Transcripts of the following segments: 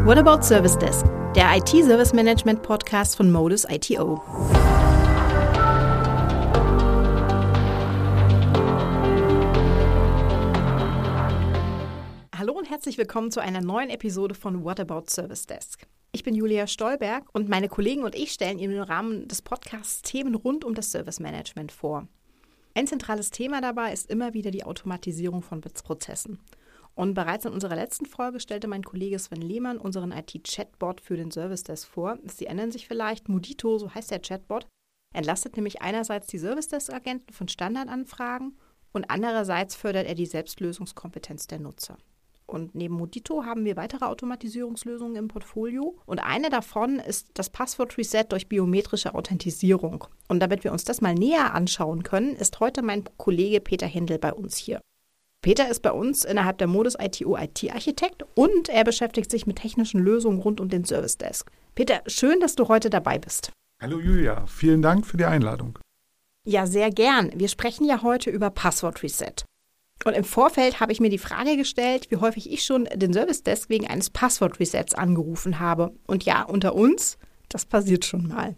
What About Service Desk, der IT-Service-Management-Podcast von Modus ITO. Hallo und herzlich willkommen zu einer neuen Episode von What About Service Desk. Ich bin Julia Stolberg und meine Kollegen und ich stellen Ihnen im Rahmen des Podcasts Themen rund um das Service Management vor. Ein zentrales Thema dabei ist immer wieder die Automatisierung von Prozessen. Und bereits in unserer letzten Folge stellte mein Kollege Sven Lehmann unseren IT-Chatbot für den Service Desk vor. Sie erinnern sich vielleicht, Modito, so heißt der Chatbot, entlastet nämlich einerseits die Service Desk-Agenten von Standardanfragen und andererseits fördert er die Selbstlösungskompetenz der Nutzer. Und neben Modito haben wir weitere Automatisierungslösungen im Portfolio. Und eine davon ist das Passwort-Reset durch biometrische Authentisierung. Und damit wir uns das mal näher anschauen können, ist heute mein Kollege Peter Hindel bei uns hier. Peter ist bei uns innerhalb der Modus ITO IT-Architekt und er beschäftigt sich mit technischen Lösungen rund um den Service Desk. Peter, schön, dass du heute dabei bist. Hallo Julia, vielen Dank für die Einladung. Ja, sehr gern. Wir sprechen ja heute über Passwort-Reset. Und im Vorfeld habe ich mir die Frage gestellt, wie häufig ich schon den Service Desk wegen eines Passwort-Resets angerufen habe. Und ja, unter uns, das passiert schon mal.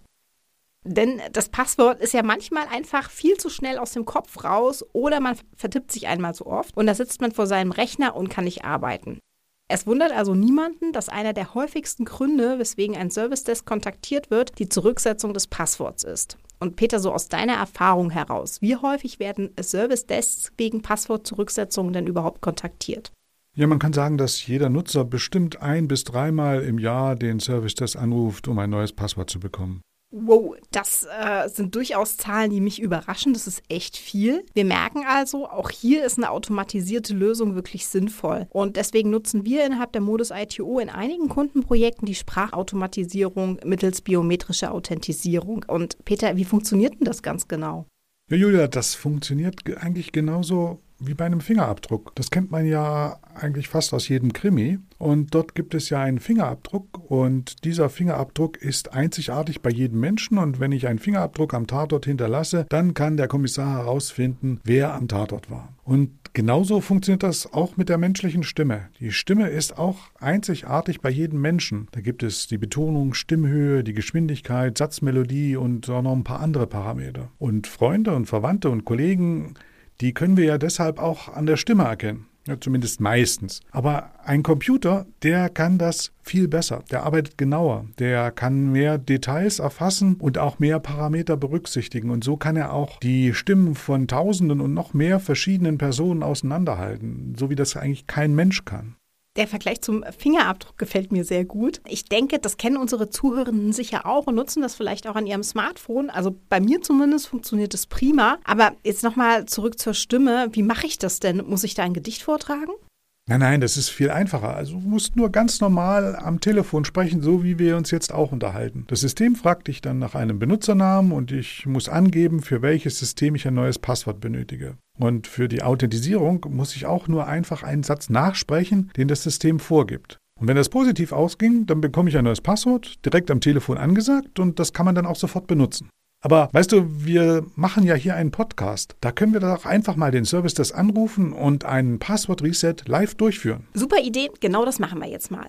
Denn das Passwort ist ja manchmal einfach viel zu schnell aus dem Kopf raus oder man vertippt sich einmal zu oft und da sitzt man vor seinem Rechner und kann nicht arbeiten. Es wundert also niemanden, dass einer der häufigsten Gründe, weswegen ein Service Desk kontaktiert wird, die Zurücksetzung des Passworts ist. Und Peter, so aus deiner Erfahrung heraus, wie häufig werden Service Desks wegen Passwortzurücksetzungen denn überhaupt kontaktiert? Ja, man kann sagen, dass jeder Nutzer bestimmt 1- bis 3-mal im Jahr den Service Desk anruft, um ein neues Passwort zu bekommen. Wow, das sind durchaus Zahlen, die mich überraschen. Das ist echt viel. Wir merken also, auch hier ist eine automatisierte Lösung wirklich sinnvoll. Und deswegen nutzen wir innerhalb der Modus ITO in einigen Kundenprojekten die Sprachautomatisierung mittels biometrischer Authentisierung. Und Peter, wie funktioniert denn das ganz genau? Ja, Julia, das funktioniert eigentlich genauso wie bei einem Fingerabdruck. Das kennt man ja eigentlich fast aus jedem Krimi. Und dort gibt es ja einen Fingerabdruck und dieser Fingerabdruck ist einzigartig bei jedem Menschen. Und wenn ich einen Fingerabdruck am Tatort hinterlasse, dann kann der Kommissar herausfinden, wer am Tatort war. Und genauso funktioniert das auch mit der menschlichen Stimme. Die Stimme ist auch einzigartig bei jedem Menschen. Da gibt es die Betonung, Stimmhöhe, die Geschwindigkeit, Satzmelodie und auch noch ein paar andere Parameter. Und Freunde und Verwandte und Kollegen, die können wir ja deshalb auch an der Stimme erkennen. Ja, zumindest meistens. Aber ein Computer, der kann das viel besser. Der arbeitet genauer. Der kann mehr Details erfassen und auch mehr Parameter berücksichtigen. Und so kann er auch die Stimmen von Tausenden und noch mehr verschiedenen Personen auseinanderhalten. So wie das eigentlich kein Mensch kann. Der Vergleich zum Fingerabdruck gefällt mir sehr gut. Ich denke, das kennen unsere Zuhörenden sicher auch und nutzen das vielleicht auch an ihrem Smartphone. Also bei mir zumindest funktioniert das prima. Aber jetzt nochmal zurück zur Stimme. Wie mache ich das denn? Muss ich da ein Gedicht vortragen? Nein, das ist viel einfacher. Also du musst nur ganz normal am Telefon sprechen, so wie wir uns jetzt auch unterhalten. Das System fragt dich dann nach einem Benutzernamen und ich muss angeben, für welches System ich ein neues Passwort benötige. Und für die Authentisierung muss ich auch nur einfach einen Satz nachsprechen, den das System vorgibt. Und wenn das positiv ausging, dann bekomme ich ein neues Passwort direkt am Telefon angesagt und das kann man dann auch sofort benutzen. Aber weißt du, wir machen ja hier einen Podcast. Da können wir doch einfach mal den Service Desk anrufen und einen Passwort-Reset live durchführen. Super Idee, genau das machen wir jetzt mal.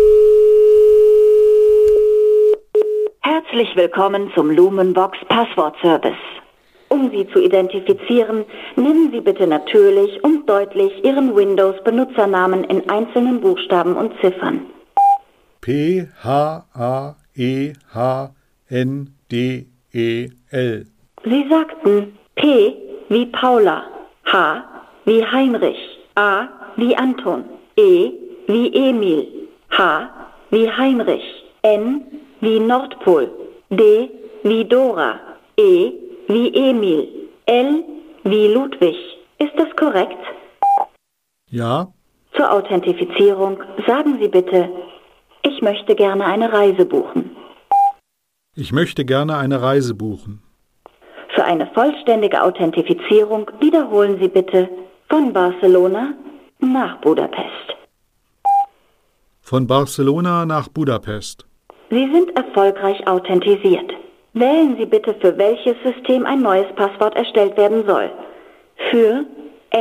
Herzlich willkommen zum Lumenbox Passwort-Service. Um Sie zu identifizieren, nennen Sie bitte natürlich und deutlich Ihren Windows-Benutzernamen in einzelnen Buchstaben und Ziffern. P-H-A-E-H-N-D-E-L. Sie sagten P wie Paula, H wie Heinrich, A wie Anton, E wie Emil, H wie Heinrich, N wie Nordpol, D wie Dora, E wie Emil, L wie Ludwig. Ist das korrekt? Ja. Zur Authentifizierung sagen Sie bitte, ich möchte gerne eine Reise buchen. Ich möchte gerne eine Reise buchen. Für eine vollständige Authentifizierung wiederholen Sie bitte von Barcelona nach Budapest. Von Barcelona nach Budapest. Sie sind erfolgreich authentisiert. Wählen Sie bitte, für welches System ein neues Passwort erstellt werden soll. Für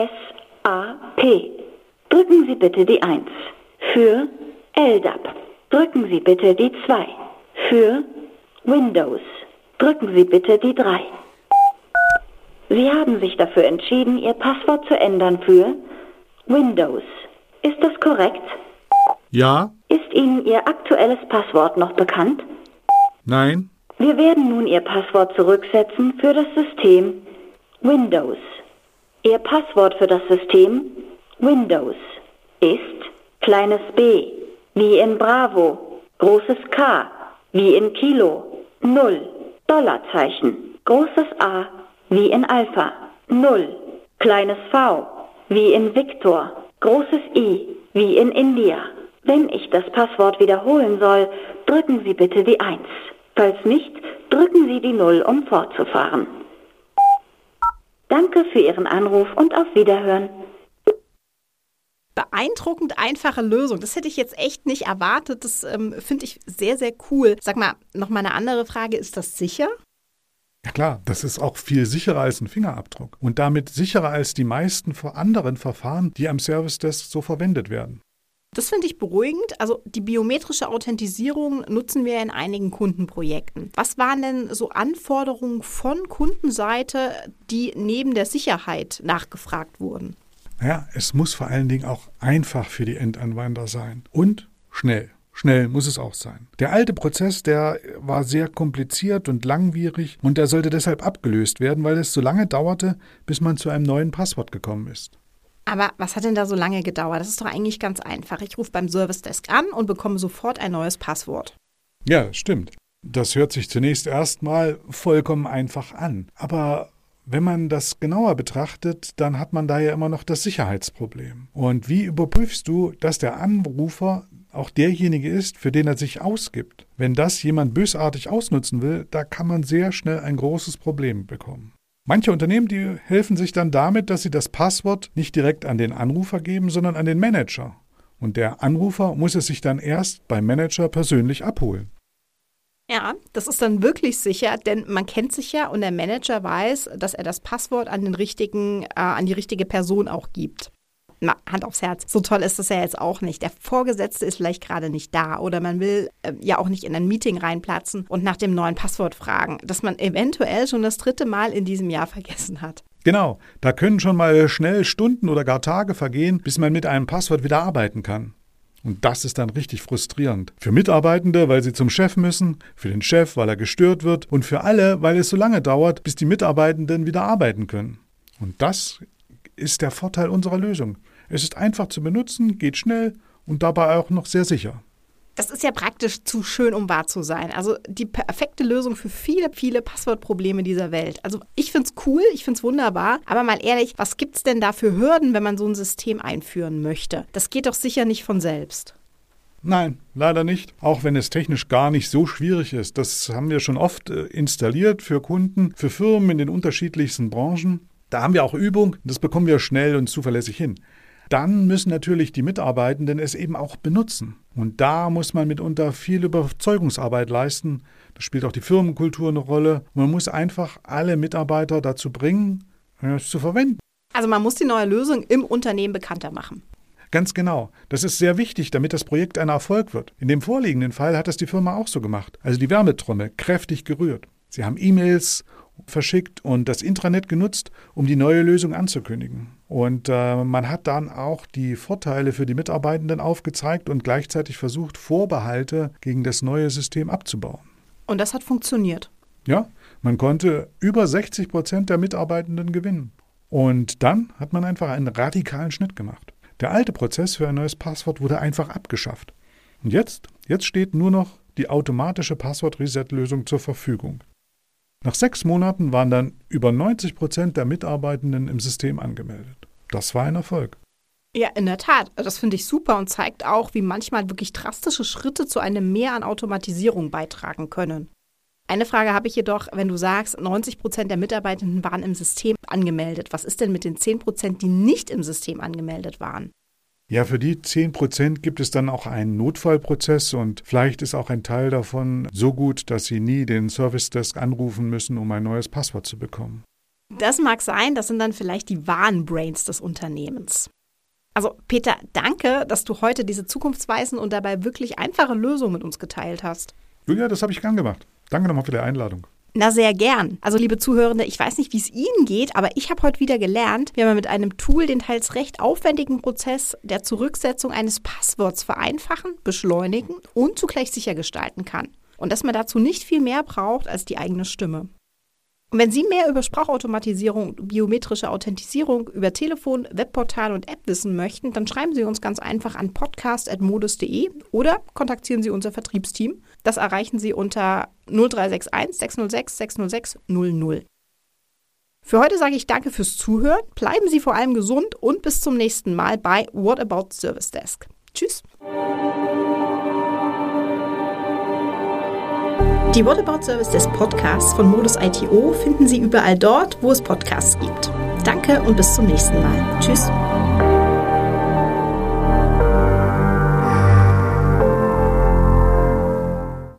SAP. Drücken Sie bitte die 1. Für LDAP. drücken Sie bitte die 2. Für Windows drücken Sie bitte die 3. Sie haben sich dafür entschieden, Ihr Passwort zu ändern für Windows. Ist das korrekt? Ja? Ist Ihnen Ihr aktuelles Passwort noch bekannt? Nein? Wir werden nun Ihr Passwort zurücksetzen für das System Windows. Ihr Passwort für das System Windows ist kleines b wie in Bravo, großes K wie in Kilo, 0, Dollarzeichen, großes A wie in Alpha, 0, kleines v wie in Viktor, großes I wie in India. Wenn ich das Passwort wiederholen soll, drücken Sie bitte die 1. Falls nicht, drücken Sie die 0, um fortzufahren. Danke für Ihren Anruf und auf Wiederhören. Beeindruckend einfache Lösung. Das hätte ich jetzt echt nicht erwartet. Das finde ich sehr, sehr cool. Sag mal, noch mal eine andere Frage. Ist das sicher? Ja klar, das ist auch viel sicherer als ein Fingerabdruck und damit sicherer als die meisten anderen Verfahren, die am Service Desk so verwendet werden. Das finde ich beruhigend. Also die biometrische Authentisierung nutzen wir in einigen Kundenprojekten. Was waren denn so Anforderungen von Kundenseite, die neben der Sicherheit nachgefragt wurden? Naja, es muss vor allen Dingen auch einfach für die Endanwender sein und schnell. Schnell muss es auch sein. Der alte Prozess, der war sehr kompliziert und langwierig und der sollte deshalb abgelöst werden, weil es so lange dauerte, bis man zu einem neuen Passwort gekommen ist. Aber was hat denn da so lange gedauert? Das ist doch eigentlich ganz einfach. Ich rufe beim Service Desk an und bekomme sofort ein neues Passwort. Ja, stimmt. Das hört sich zunächst erstmal vollkommen einfach an. Aber wenn man das genauer betrachtet, dann hat man da ja immer noch das Sicherheitsproblem. Und wie überprüfst du, dass der Anrufer auch derjenige ist, für den er sich ausgibt? Wenn das jemand bösartig ausnutzen will, da kann man sehr schnell ein großes Problem bekommen. Manche Unternehmen, die helfen sich dann damit, dass sie das Passwort nicht direkt an den Anrufer geben, sondern an den Manager. Und der Anrufer muss es sich dann erst beim Manager persönlich abholen. Ja, das ist dann wirklich sicher, denn man kennt sich ja und der Manager weiß, dass er das Passwort an die richtige Person auch gibt. Na, Hand aufs Herz, so toll ist das ja jetzt auch nicht. Der Vorgesetzte ist vielleicht gerade nicht da oder man will ja auch nicht in ein Meeting reinplatzen und nach dem neuen Passwort fragen, das man eventuell schon das 3. Mal in diesem Jahr vergessen hat. Genau, da können schon mal schnell Stunden oder gar Tage vergehen, bis man mit einem Passwort wieder arbeiten kann. Und das ist dann richtig frustrierend. Für Mitarbeitende, weil sie zum Chef müssen, für den Chef, weil er gestört wird und für alle, weil es so lange dauert, bis die Mitarbeitenden wieder arbeiten können. Und das ist der Vorteil unserer Lösung. Es ist einfach zu benutzen, geht schnell und dabei auch noch sehr sicher. Das ist ja praktisch zu schön, um wahr zu sein. Also die perfekte Lösung für viele, viele Passwortprobleme dieser Welt. Also ich finde es cool, ich finde es wunderbar. Aber mal ehrlich, was gibt es denn da für Hürden, wenn man so ein System einführen möchte? Das geht doch sicher nicht von selbst. Nein, leider nicht. Auch wenn es technisch gar nicht so schwierig ist. Das haben wir schon oft installiert für Kunden, für Firmen in den unterschiedlichsten Branchen. Da haben wir auch Übung. Das bekommen wir schnell und zuverlässig hin. Dann müssen natürlich die Mitarbeitenden es eben auch benutzen. Und da muss man mitunter viel Überzeugungsarbeit leisten. Da spielt auch die Firmenkultur eine Rolle. Man muss einfach alle Mitarbeiter dazu bringen, es zu verwenden. Also man muss die neue Lösung im Unternehmen bekannter machen. Ganz genau. Das ist sehr wichtig, damit das Projekt ein Erfolg wird. In dem vorliegenden Fall hat das die Firma auch so gemacht. Also die Werbetrommel kräftig gerührt. Sie haben E-Mails verschickt und das Intranet genutzt, um die neue Lösung anzukündigen. Und man hat dann auch die Vorteile für die Mitarbeitenden aufgezeigt und gleichzeitig versucht, Vorbehalte gegen das neue System abzubauen. Und das hat funktioniert. Ja, man konnte über 60% der Mitarbeitenden gewinnen. Und dann hat man einfach einen radikalen Schnitt gemacht. Der alte Prozess für ein neues Passwort wurde einfach abgeschafft. Und jetzt steht nur noch die automatische Passwort-Reset-Lösung zur Verfügung. Nach 6 Monaten waren dann über 90% der Mitarbeitenden im System angemeldet. Das war ein Erfolg. Ja, in der Tat. Das finde ich super und zeigt auch, wie manchmal wirklich drastische Schritte zu einem Mehr an Automatisierung beitragen können. Eine Frage habe ich jedoch, wenn du sagst, 90% der Mitarbeitenden waren im System angemeldet. Was ist denn mit den 10%, die nicht im System angemeldet waren? Ja, für die 10% gibt es dann auch einen Notfallprozess und vielleicht ist auch ein Teil davon so gut, dass sie nie den Service Desk anrufen müssen, um ein neues Passwort zu bekommen. Das mag sein, das sind dann vielleicht die wahren Brains des Unternehmens. Also Peter, danke, dass du heute diese zukunftsweisenden und dabei wirklich einfache Lösungen mit uns geteilt hast. Julia, das habe ich gern gemacht. Danke nochmal für die Einladung. Na, sehr gern. Also liebe Zuhörende, ich weiß nicht, wie es Ihnen geht, aber ich habe heute wieder gelernt, wie man mit einem Tool den teils recht aufwendigen Prozess der Zurücksetzung eines Passworts vereinfachen, beschleunigen und zugleich sicher gestalten kann. Und dass man dazu nicht viel mehr braucht als die eigene Stimme. Und wenn Sie mehr über Sprachautomatisierung, biometrische Authentisierung, über Telefon, Webportal und App wissen möchten, dann schreiben Sie uns ganz einfach an podcast@modus.de oder kontaktieren Sie unser Vertriebsteam. Das erreichen Sie unter 0361 606 606 00. Für heute sage ich danke fürs Zuhören, bleiben Sie vor allem gesund und bis zum nächsten Mal bei What About Service Desk. Tschüss! Die What About Service Desk Podcasts von Modus ITO finden Sie überall dort, wo es Podcasts gibt. Danke und bis zum nächsten Mal. Tschüss.